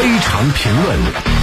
非常评论。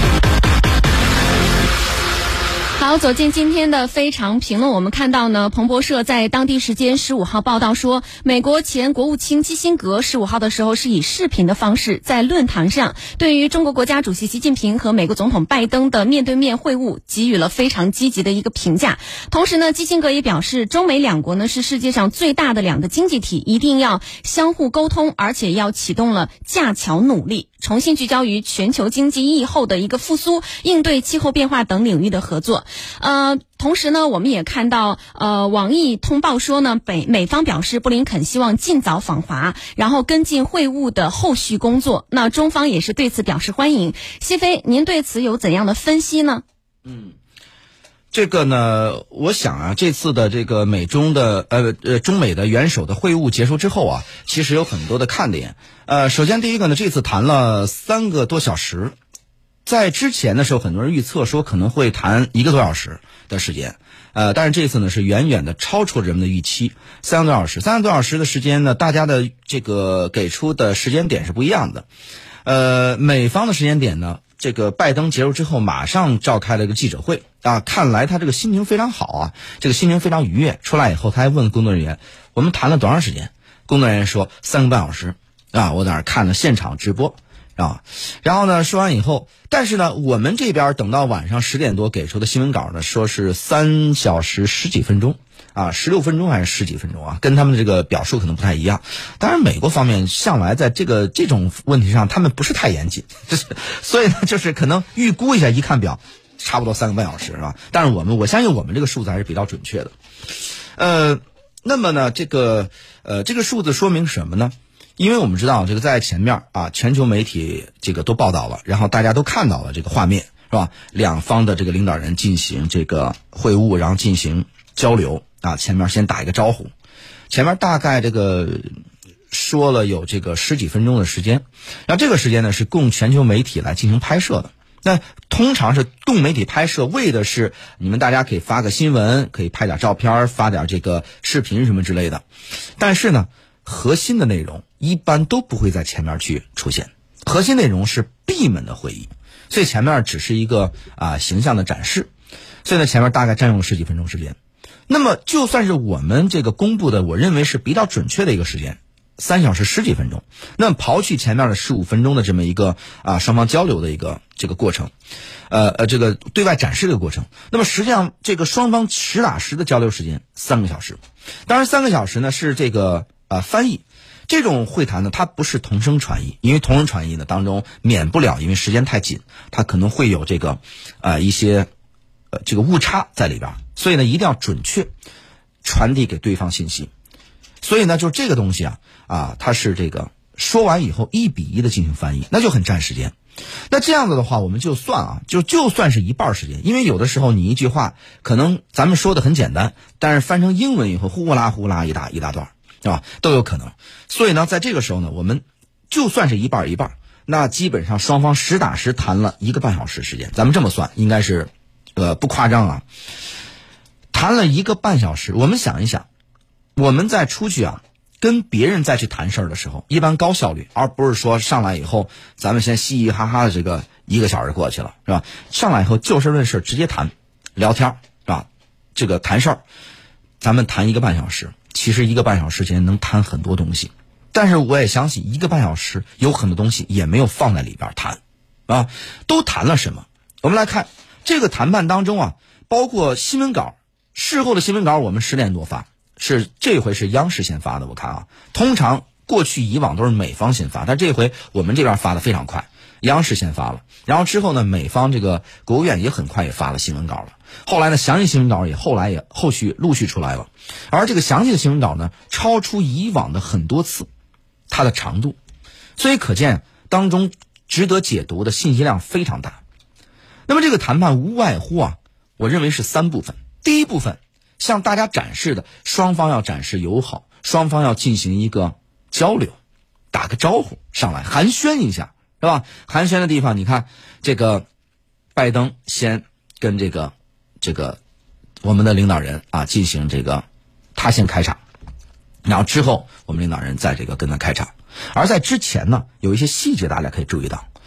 好，走进今天的非常评论，我们看到呢，彭博社在当地时间15号报道说，美国前国务卿基辛格15号的时候是以视频的方式在论坛上对于中国国家主席习近平和美国总统拜登的面对面会晤给予了非常积极的一个评价。同时呢，基辛格也表示，中美两国呢是世界上最大的两个经济体，一定要相互沟通，而且要启动了架桥努力，重新聚焦于全球经济疫后的一个复苏、应对气候变化等领域的合作。同时呢，我们也看到网易通报说呢，美方表示布林肯希望尽早访华，然后跟进会晤的后续工作。那中方也是对此表示欢迎。西飞，您对此有怎样的分析呢？ 这个呢，我想啊，这次的这个美中的中美的元首的会晤结束之后啊，其实有很多的看点。首先第一个呢，这次谈了3个多小时。在之前的时候，很多人预测说可能会谈1个多小时的时间，但是这次呢是远远的超出了人们的预期，3个多小时。3个多小时的时间呢，大家的这个给出的时间点是不一样的。美方的时间点呢，这个拜登结束之后马上召开了一个记者会啊，看来他这个心情非常好啊，这个心情非常愉悦。出来以后，他还问工作人员：“我们谈了多长时间？”工作人员说：“3个半小时啊，我在那儿看了现场直播。”然后呢，说完以后，但是呢，我们这边等到晚上10点多给出的新闻稿呢，说是3小时10几分钟啊，16分钟还是10几分钟啊，跟他们这个表述可能不太一样。当然，美国方面向来在这种问题上，他们不是太严谨，所以呢，就是可能预估一下，一看表，差不多3个半小时是吧？但是我相信我们这个数字还是比较准确的。那么呢，这个数字说明什么呢？因为我们知道这个在前面啊，全球媒体这个都报道了，然后大家都看到了这个画面，是吧？两方的这个领导人进行这个会晤，然后进行交流啊，前面先打一个招呼，前面大概这个说了有这个10几分钟的时间，然后这个时间呢是供全球媒体来进行拍摄的。那通常是供媒体拍摄，为的是你们大家可以发个新闻，可以拍点照片，发点这个视频什么之类的。但是呢，核心的内容一般都不会在前面去出现，核心内容是闭门的会议，所以前面只是一个形象的展示，所以呢前面大概占用了10几分钟时间。那么就算是我们这个公布的，我认为是比较准确的一个时间，3小时10几分钟，那么刨去前面的15分钟的这么一个双方交流的一个这个过程，这个对外展示的过程，那么实际上这个双方实打实的交流时间3个小时，当然3个小时呢是这个翻译。这种会谈呢，它不是同声传译，因为同声传译呢当中免不了，因为时间太紧，它可能会有这个一些这个误差在里边，所以呢一定要准确传递给对方信息。所以呢，就这个东西它是这个说完以后1比1的进行翻译，那就很占时间。那这样子的话，我们就算就算是一半时间，因为有的时候你一句话可能咱们说的很简单，但是翻成英文以后呼啦呼啦一大段。是吧？都有可能。所以呢，在这个时候呢，我们就算是一半一半，那基本上双方实打实谈了1个半小时时间，咱们这么算，应该是不夸张啊。谈了1个半小时，我们想一想，我们再出去跟别人再去谈事儿的时候，一般高效率，而不是说上来以后咱们先嘻嘻哈哈的这个1个小时过去了，是吧？上来以后就事论事，直接谈聊天，是吧？这个谈事儿，咱们谈1个半小时。其实1个半小时间能谈很多东西，但是我也相信1个半小时有很多东西也没有放在里边谈都谈了什么？我们来看这个谈判当中包括新闻稿，事后的新闻稿我们10点多发，是这回是央视先发的，我看通常过去以往都是美方先发，但这回我们这边发的非常快，央视先发了，然后之后呢，美方这个国务院也很快也发了新闻稿了。后来呢，详细新闻稿后续陆续出来了，而这个详细的新闻稿呢，超出以往的很多次，它的长度，所以可见当中值得解读的信息量非常大。那么这个谈判无外乎我认为是3部分。第一部分，向大家展示的，双方要展示友好，双方要进行一个交流，打个招呼上来寒暄一下，是吧？寒暄的地方，你看这个拜登先跟这个我们的领导人进行这个，他先开场，然后之后我们领导人再这个跟他开场。而在之前呢，有一些细节大家可以注意到，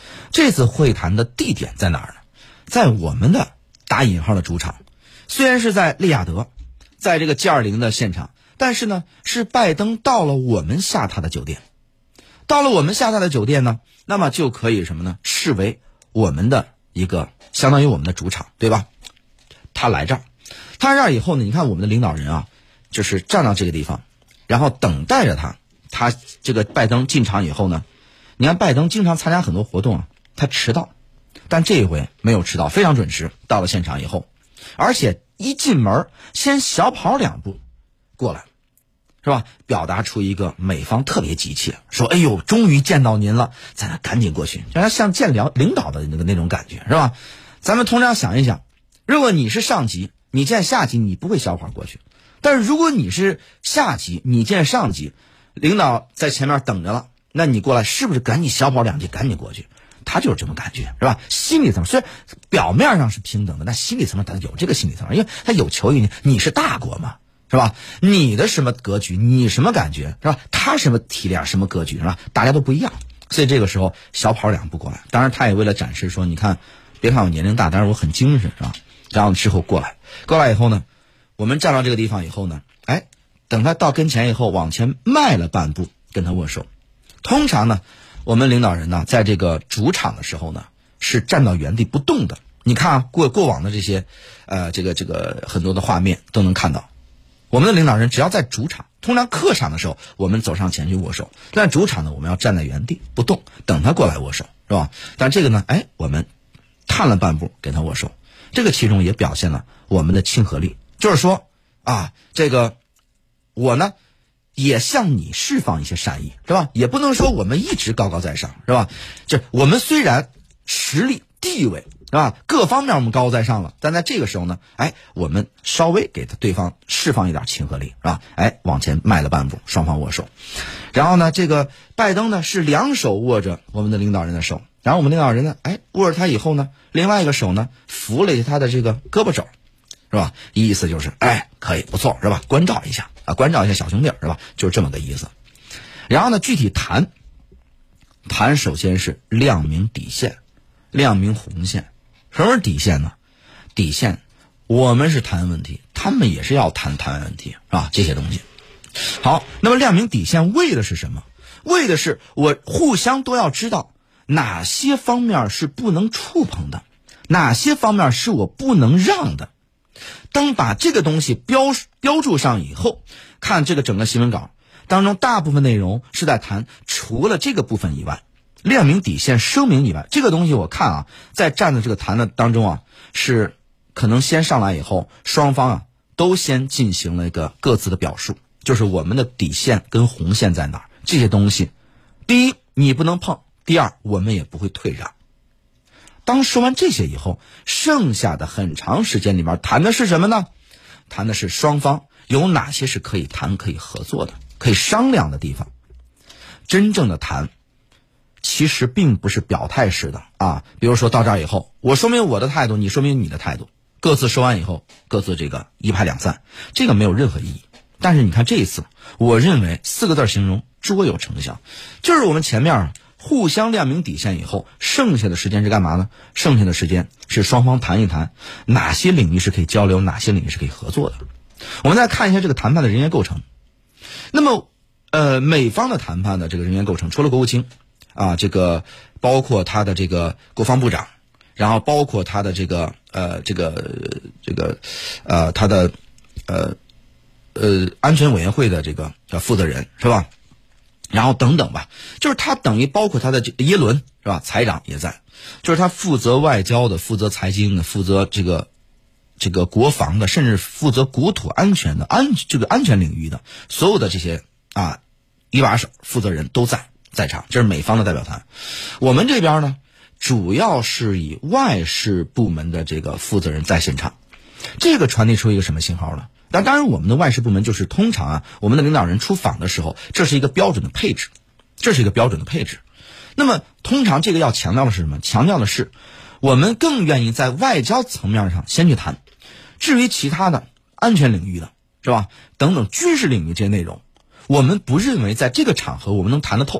这次会谈的地点在哪儿呢？在我们的打引号的主场，虽然是在利雅得，在这个 G20 的现场，但是呢，是拜登到了我们下榻的酒店。到了我们下榻的酒店呢，那么就可以什么呢？视为我们的一个相当于我们的主场，对吧？他来这儿，他来这儿以后呢，你看我们的领导人啊，就是站到这个地方，然后等待着他。他这个拜登进场以后呢，你看拜登经常参加很多活动啊，他迟到，但这一回没有迟到，非常准时到了现场以后，而且一进门先小跑2步过来，是吧？表达出一个美方特别急切，说哎呦终于见到您了，咱俩赶紧过去，让他像见领导的那种感觉，是吧？咱们通常想一想，如果你是上级，你见下级你不会小跑过去，但是如果你是下级，你见上级，领导在前面等着了，那你过来是不是赶紧小跑2级赶紧过去？他就是这么感觉，是吧？心理层虽然表面上是平等的，但心理层他有这个心理层，因为他有求于你，你是大国嘛，是吧？你的什么格局，你什么感觉，是吧？他什么体量，什么格局，是吧？大家都不一样，所以这个时候小跑2步过来。当然他也为了展示说，你看别看我年龄大，但是我很精神，是吧？然后之后过来以后呢，我们站到这个地方以后呢，哎，等他到跟前以后，往前迈了半步，跟他握手。通常呢，我们领导人呢，在这个主场的时候呢，是站到原地不动的。你看啊，过往的这些，这个很多的画面都能看到，我们的领导人只要在主场，通常客场的时候，我们走上前去握手，但主场呢，我们要站在原地不动，等他过来握手，是吧？但这个呢，哎，我们探了半步跟他握手，这个其中也表现了我们的亲和力，就是说啊，这个我呢也向你释放一些善意，是吧？也不能说我们一直高高在上，是吧？就我们虽然实力地位，是吧？各方面我们高高在上了，但在这个时候呢，哎，我们稍微给对方释放一点亲和力，是吧？哎，往前迈了半步，双方握手。然后呢，这个拜登呢是2手握着我们的领导人的手，然后我们领导人呢，哎，握着他以后呢，另外一个手呢扶了一下他的这个胳膊肘，是吧？意思就是哎，可以不错，是吧？关照一下啊，关照一下小兄弟，是吧？就是这么个意思。然后呢，具体谈首先是亮明底线，亮明红线。什么是底线呢？底线我们是谈问题，他们也是要谈问题，是吧？这些东西。好，那么亮明底线为的是什么？为的是我互相都要知道哪些方面是不能触碰的，哪些方面是我不能让的。当把这个东西标注上以后，看这个整个新闻稿当中大部分内容是在谈除了这个部分以外，亮明底线声明以外，这个东西我看啊，在站的这个谈的当中啊，是可能先上来以后，双方啊都先进行了一个各自的表述，就是我们的底线跟红线在哪儿，这些东西第一你不能碰，第二我们也不会退让。当说完这些以后，剩下的很长时间里面谈的是什么呢？谈的是双方有哪些是可以谈可以合作的，可以商量的地方。真正的谈其实并不是表态式的啊，比如说到这儿以后，我说明我的态度，你说明你的态度，各自说完以后，各自这个一拍两散，这个没有任何意义。但是你看这一次，我认为4个字形容卓有成效，就是我们前面互相亮明底线以后，剩下的时间是干嘛呢？剩下的时间是双方谈一谈哪些领域是可以交流，哪些领域是可以合作的。我们再看一下这个谈判的人员构成。那么美方的谈判的这个人员构成，除了国务卿啊，这个包括他的这个国防部长，然后包括他的这个他的安全委员会的这个负责人，是吧？然后等等吧，就是他等于包括他的耶伦，是吧？财长也在，就是他负责外交的，负责财经的，负责这个国防的，甚至负责国土安全的这个安全领域的所有的这些一把手负责人都在场，这是美方的代表团。我们这边呢，主要是以外事部门的这个负责人在现场，这个传递出一个什么信号呢？当然我们的外事部门就是通常我们的领导人出访的时候，这是一个标准的配置，那么通常这个要强调的是什么？强调的是我们更愿意在外交层面上先去谈，至于其他的安全领域的，是吧？等等军事领域这些内容，我们不认为在这个场合我们能谈得透，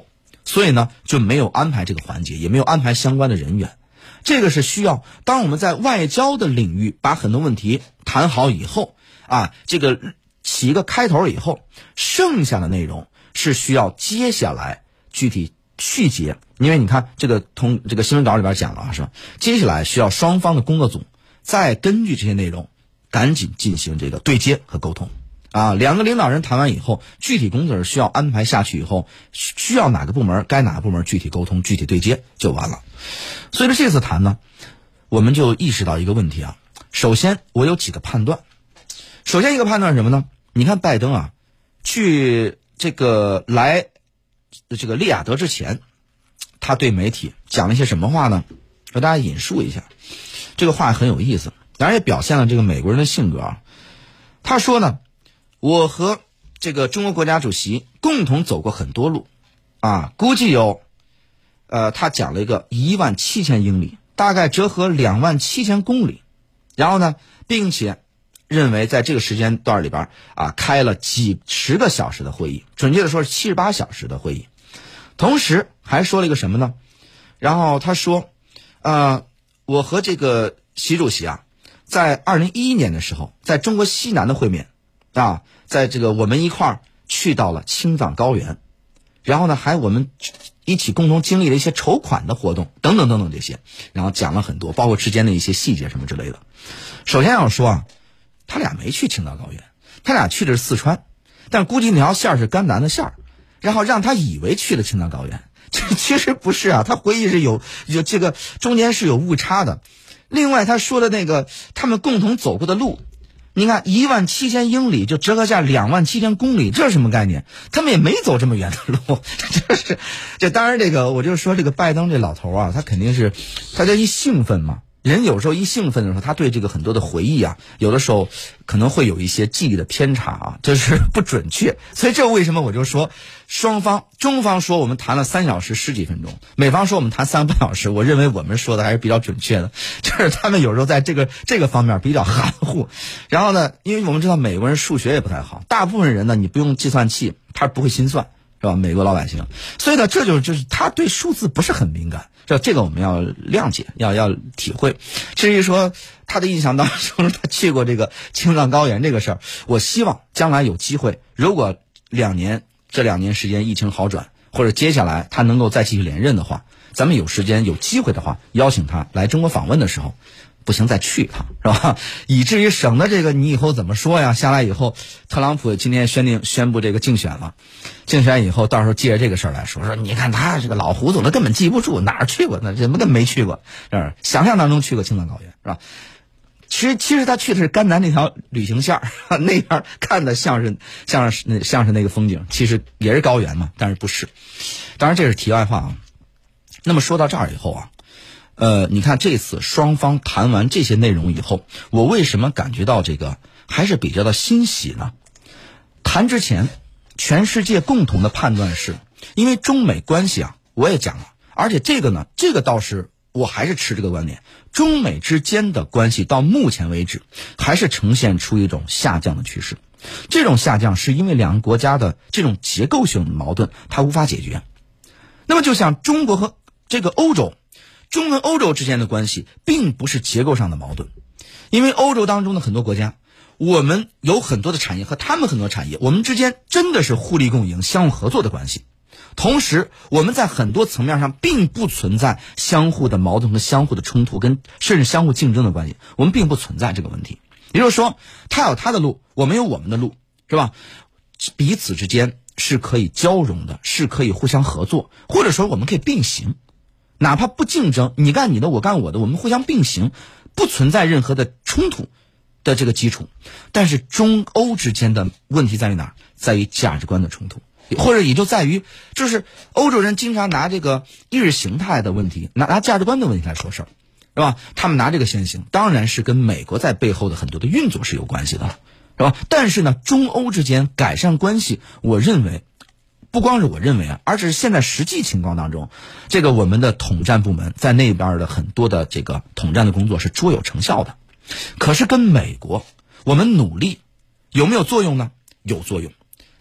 所以呢就没有安排这个环节，也没有安排相关的人员。这个是需要当我们在外交的领域把很多问题谈好以后啊，这个起一个开头以后，剩下的内容是需要接下来具体细节。因为你看这个新闻稿里边讲了是吧，接下来需要双方的工作组再根据这些内容赶紧进行这个对接和沟通啊。两个领导人谈完以后，具体工作需要安排下去以后，需要哪个部门该哪个部门具体沟通具体对接就完了。所以说这次谈呢，我们就意识到一个问题啊。首先我有几个判断。首先一个判断是什么呢？你看拜登啊去这个利雅得之前，他对媒体讲了一些什么话呢？和大家引述一下，这个话很有意思，当然也表现了这个美国人的性格啊。他说呢，我和这个中国国家主席共同走过很多路啊，估计有他讲了一个17000英里，大概折合27000公里。然后呢，并且认为在这个时间段里边啊，开了几十个小时的会议，准确的说是78小时的会议。同时还说了一个什么呢？然后他说我和这个习主席啊，在2011年的时候，在中国西南的会面啊，在这个我们一块儿去到了青藏高原，然后呢还我们一起共同经历了一些筹款的活动等等等等这些，然后讲了很多，包括之间的一些细节什么之类的。首先要说啊，他俩没去青藏高原，他俩去的是四川，但估计那条线是甘南的线儿，然后让他以为去了青藏高原，这其实不是啊，他回忆是有这个中间是有误差的。另外他说的那个他们共同走过的路，你看17000英里就折合下27000公里，这是什么概念？他们也没走这么远的路，这当然这个我就说这个拜登这老头啊，他肯定是他这一兴奋嘛。人有时候一兴奋的时候，他对这个很多的回忆啊，有的时候可能会有一些记忆的偏差啊，就是不准确。所以这为什么我就说中方说我们谈了3小时10几分钟，美方说我们谈3个半小时，我认为我们说的还是比较准确的，就是他们有时候在这个方面比较含糊。然后呢，因为我们知道美国人数学也不太好，大部分人呢你不用计算器他不会心算，是吧？美国老百姓，所以呢这就是他对数字不是很敏感。这个我们要谅解，要体会。至于说他的印象当中他去过这个青藏高原这个事儿，我希望将来有机会，如果这2年时间疫情好转，或者接下来他能够再继续连任的话，咱们有时间有机会的话，邀请他来中国访问的时候，不行再去一趟，是吧？以至于省得这个你以后怎么说呀？下来以后，特朗普今天宣布这个竞选了，竞选以后到时候借着这个事儿来说你看他这个老胡总他根本记不住哪儿去过，那怎么根本没去过，是想象当中去过青藏高原，是吧？其实他去的是甘南那条旅行线那边看的像是那个风景，其实也是高原嘛，但是不是。当然这是题外话啊。那么说到这儿以后啊，你看这次双方谈完这些内容以后，我为什么感觉到这个还是比较的欣喜呢？谈之前全世界共同的判断是，因为中美关系啊，我也讲了，而且这个倒是我还是持这个观点，中美之间的关系到目前为止还是呈现出一种下降的趋势。这种下降是因为两个国家的这种结构性的矛盾它无法解决。那么就像中国和这个欧洲，中跟欧洲之间的关系并不是结构上的矛盾，因为欧洲当中的很多国家，我们有很多的产业和他们很多产业，我们之间真的是互利共赢相互合作的关系。同时我们在很多层面上并不存在相互的矛盾和相互的冲突跟甚至相互竞争的关系，我们并不存在这个问题。也就是说他有他的路，我们有我们的路，是吧？彼此之间是可以交融的，是可以互相合作，或者说我们可以并行，哪怕不竞争，你干你的我干我的，我们互相并行，不存在任何的冲突的这个基础。但是中欧之间的问题在于哪儿？在于价值观的冲突，或者也就在于就是欧洲人经常拿这个意识形态的问题，拿价值观的问题来说事儿，是吧？他们拿这个先行，当然是跟美国在背后的很多的运作是有关系的，是吧？但是呢，中欧之间改善关系，我认为不光是我认为啊，而且是现在实际情况当中，这个我们的统战部门在那边的很多的这个统战的工作是卓有成效的。可是跟美国我们努力有没有作用呢？有作用。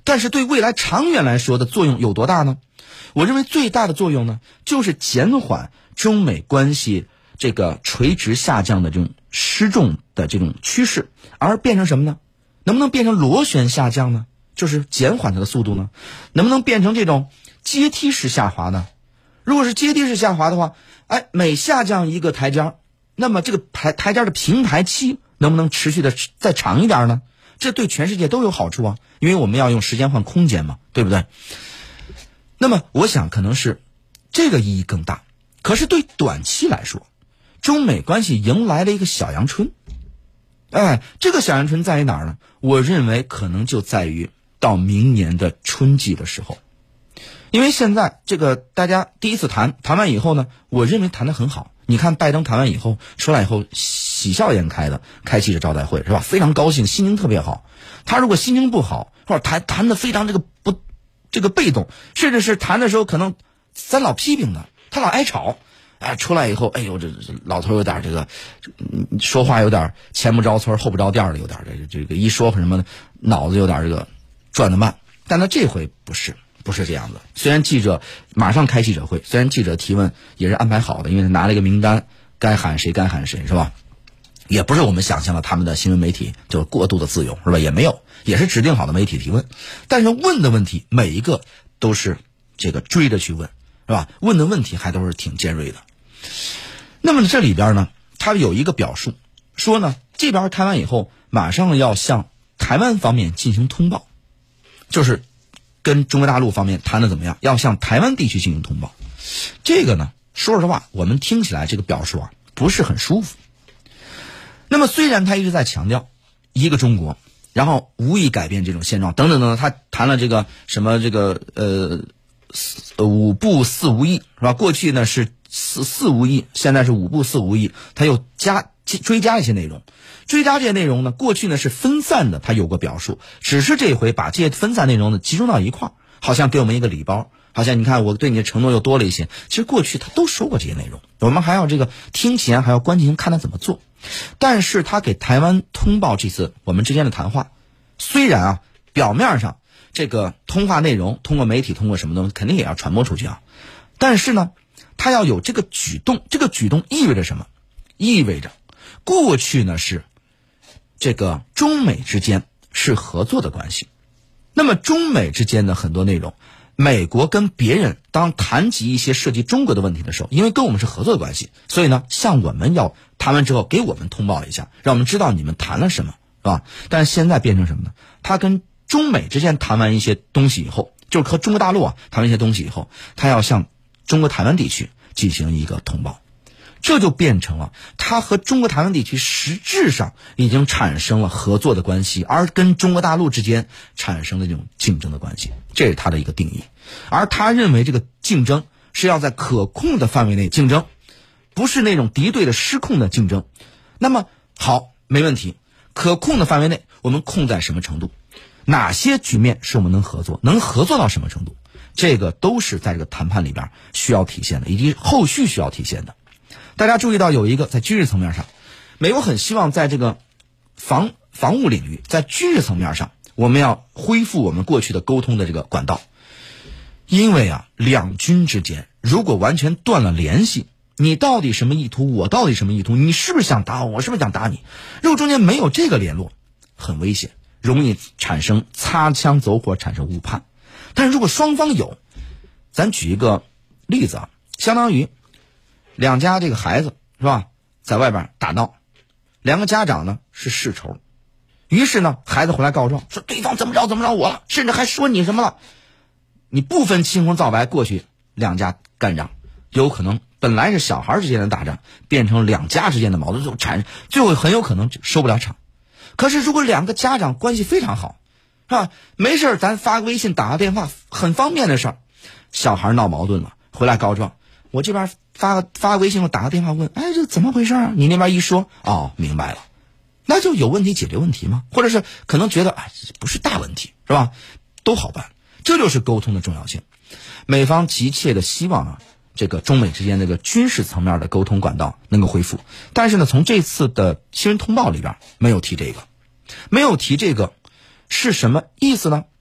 但是对未来长远来说的作用有多大呢？我认为最大的作用呢，就是减缓中美关系这个垂直下降的这种失重的这种趋势，而变成什么呢？能不能变成螺旋下降呢？就是减缓它的速度呢？能不能变成这种阶梯式下滑呢？如果是阶梯式下滑的话，每下降一个台阶，那么这个台阶的平台期能不能持续的再长一点呢？这对全世界都有好处啊，因为我们要用时间换空间嘛，对不对？那么我想可能是这个意义更大。可是对短期来说，中美关系迎来了一个小阳春。这个小阳春在于哪儿呢？我认为可能就在于到明年的春季的时候。因为现在这个大家第一次谈完以后呢，我认为谈得很好。你看拜登谈完以后出来以后喜笑颜开的开记者招待会，是吧？非常高兴，心情特别好。他如果心情不好，或者谈的非常这个被动，甚至是谈的时候可能咱老批评他，他老挨吵，出来以后，这老头有点这个说话有点前不着村后不着店的，有点这个一说什么脑子有点这个转得慢。但他这回不是这样的。虽然记者马上开记者会，虽然记者提问也是安排好的，因为他拿了一个名单，该喊谁是吧？也不是我们想象的他们的新闻媒体就过度的自由，是吧？也没有，也是指定好的媒体提问。但是问的问题每一个都是这个追着去问，是吧？问的问题还都是挺尖锐的。那么这里边呢，他有一个表述，说呢这边谈完以后马上要向台湾方面进行通报，就是跟中国大陆方面谈的怎么样，要向台湾地区进行通报。这个呢说实话我们听起来这个表述不是很舒服。那么虽然他一直在强调一个中国，然后无意改变这种现状等等等等，他谈了这个什么这个五不四无意，是吧？过去呢是四无意，现在是五不四无意，他又追加一些内容。追加这些内容呢，过去呢是分散的，他有过表述，只是这回把这些分散内容呢集中到一块儿，好像给我们一个礼包，好像你看我对你的承诺又多了一些。其实过去他都说过这些内容，我们还要这个听前还要关心看他怎么做。但是他给台湾通报这次我们之间的谈话，虽然表面上这个通话内容通过媒体通过什么东西肯定也要传播出去但是呢他要有这个举动，这个举动意味着什么？意味着过去呢是这个中美之间是合作的关系，那么中美之间的很多内容，美国跟别人当谈及一些涉及中国的问题的时候，因为跟我们是合作的关系，所以呢向我们要谈完之后给我们通报一下，让我们知道你们谈了什么，是吧？但是现在变成什么呢？他跟中美之间谈完一些东西以后，就是和中国大陆谈完一些东西以后，他要向中国台湾地区进行一个通报。这就变成了他和中国台湾地区实质上已经产生了合作的关系，而跟中国大陆之间产生了这种竞争的关系，这是他的一个定义。而他认为这个竞争是要在可控的范围内竞争，不是那种敌对的失控的竞争。那么好，没问题，可控的范围内我们控在什么程度，哪些局面是我们能合作，能合作到什么程度，这个都是在这个谈判里边需要体现的，以及后续需要体现的。大家注意到有一个在军事层面上，美国很希望在这个防务领域，在军事层面上我们要恢复我们过去的沟通的这个管道。因为两军之间如果完全断了联系，你到底什么意图，我到底什么意图，你是不是想打我，我是不是想打你，如果中间没有这个联络，很危险，容易产生擦枪走火，产生误判。但是如果双方有，咱举一个例子相当于两家这个孩子是吧，在外边打闹，两个家长呢是世仇，于是呢孩子回来告状，说对方怎么着我了，甚至还说你什么了，你不分青红皂白过去两家干仗，有可能本来是小孩之间的打仗变成两家之间的矛盾，最后很有可能收不了场。可是如果两个家长关系非常好，是吧，没事咱发个微信打个电话很方便的事儿，小孩闹矛盾了回来告状，我这边发个微信，我打个电话问，这怎么回事你那边一说，明白了，那就有问题解决问题吗？或者是可能觉得不是大问题，是吧？都好办。这就是沟通的重要性。美方急切的希望这个中美之间这个军事层面的沟通管道能够恢复，但是呢从这次的新闻通报里边没有提这个是什么意思呢？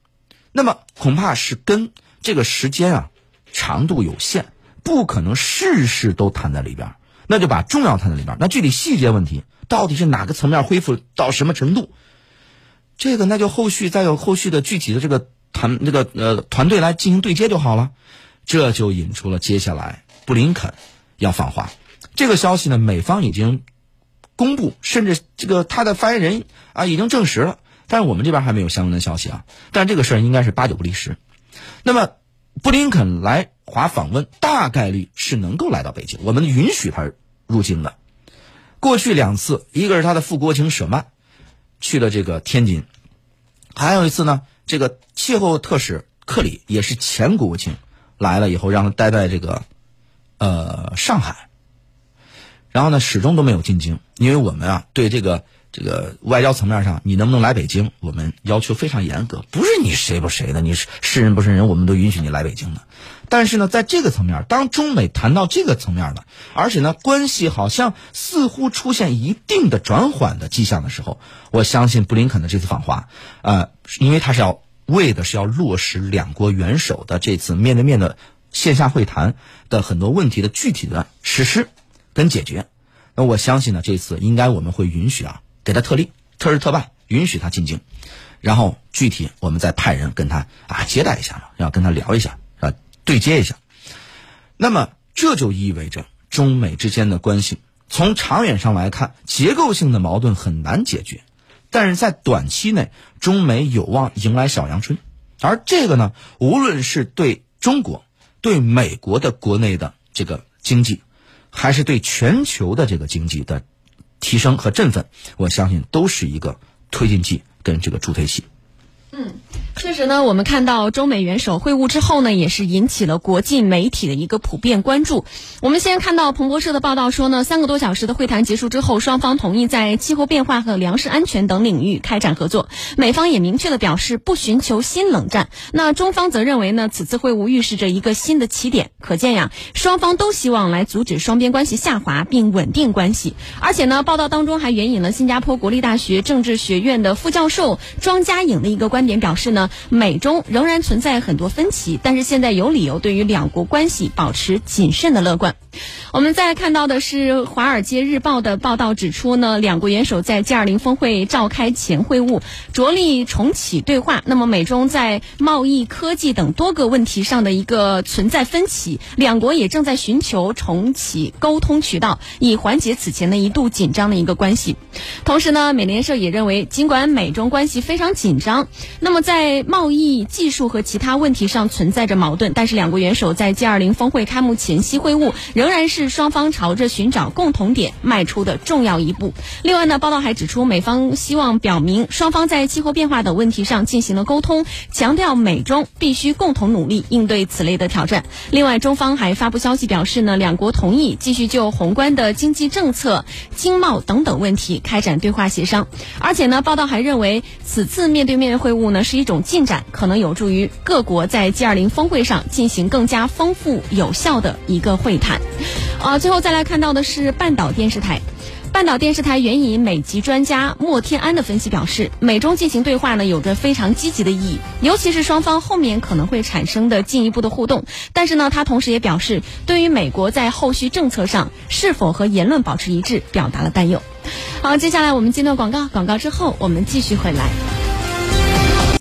那么恐怕是跟这个时间啊长度有限，不可能事事都谈在里边，那就把重要谈在里边。那具体细节问题到底是哪个层面恢复到什么程度，这个那就再有后续的具体的这个团队来进行对接就好了。这就引出了接下来布林肯要访华这个消息呢，美方已经公布，甚至这个他的发言人啊已经证实了，但是我们这边还没有相关的消息啊。但是这个事儿应该是8、9不离10。那么布林肯来华访问，大概率是能够来到北京，我们允许他入京的。过去2次，一个是他的副国情舍曼去了这个天津，还有一次呢，这个气候特使克里也是前国务卿来了以后，让他待在这个上海，然后呢始终都没有进京。因为我们啊对这个外交层面上你能不能来北京，我们要求非常严格，不是你谁不谁的，你是人不是人，我们都允许你来北京的。但是呢在这个层面，当中美谈到这个层面的，而且呢关系好像似乎出现一定的转缓的迹象的时候，我相信布林肯的这次访华因为他是为的是要落实两国元首的这次面对面的线下会谈的很多问题的具体的实施跟解决。那我相信呢这次应该我们会允许给他特例特事特办，允许他进京，然后具体我们再派人跟他接待一下嘛，要跟他聊一下对接一下。那么这就意味着中美之间的关系从长远上来看，结构性的矛盾很难解决，但是在短期内中美有望迎来小阳春。而这个呢，无论是对中国对美国的国内的这个经济，还是对全球的这个经济的提升和振奋，我相信都是一个推进剂跟这个助推器。 确实呢，我们看到中美元首会晤之后呢，也是引起了国际媒体的一个普遍关注。我们先看到彭博社的报道说呢，3个多小时的会谈结束之后，双方同意在气候变化和粮食安全等领域开展合作。美方也明确的表示不寻求新冷战。那中方则认为呢，此次会晤预示着一个新的起点。可见呀，双方都希望来阻止双边关系下滑并稳定关系。而且呢，报道当中还援引了新加坡国立大学政治学院的副教授庄家颖的一个观点，表示呢，美中仍然存在很多分歧，但是现在有理由对于两国关系保持谨慎的乐观。我们再看到的是《华尔街日报》的报道指出呢，两国元首在 G20 峰会召开前会晤，着力重启对话。那么美中在贸易、科技等多个问题上的一个存在分歧，两国也正在寻求重启沟通渠道，以缓解此前的一度紧张的一个关系。同时呢，美联社也认为，尽管美中关系非常紧张，那么在贸易、技术和其他问题上存在着矛盾，但是两国元首在 G20 峰会开幕前夕会晤，仍然是双方朝着寻找共同点迈出的重要一步。另外呢，报道还指出，美方希望表明双方在气候变化等问题上进行了沟通，强调美中必须共同努力应对此类的挑战。另外，中方还发布消息表示呢，两国同意继续就宏观的经济政策、经贸等等问题开展对话协商。而且呢，报道还认为，此次面对面会晤呢是一种进展，可能有助于各国在 G20 峰会上进行更加丰富有效的一个会谈。最后再来看到的是半岛电视台。半岛电视台援引美籍专家莫天安的分析表示，美中进行对话呢有着非常积极的意义，尤其是双方后面可能会产生的进一步的互动。但是呢，他同时也表示，对于美国在后续政策上是否和言论保持一致表达了担忧。好，接下来我们进入广告之后我们继续回来。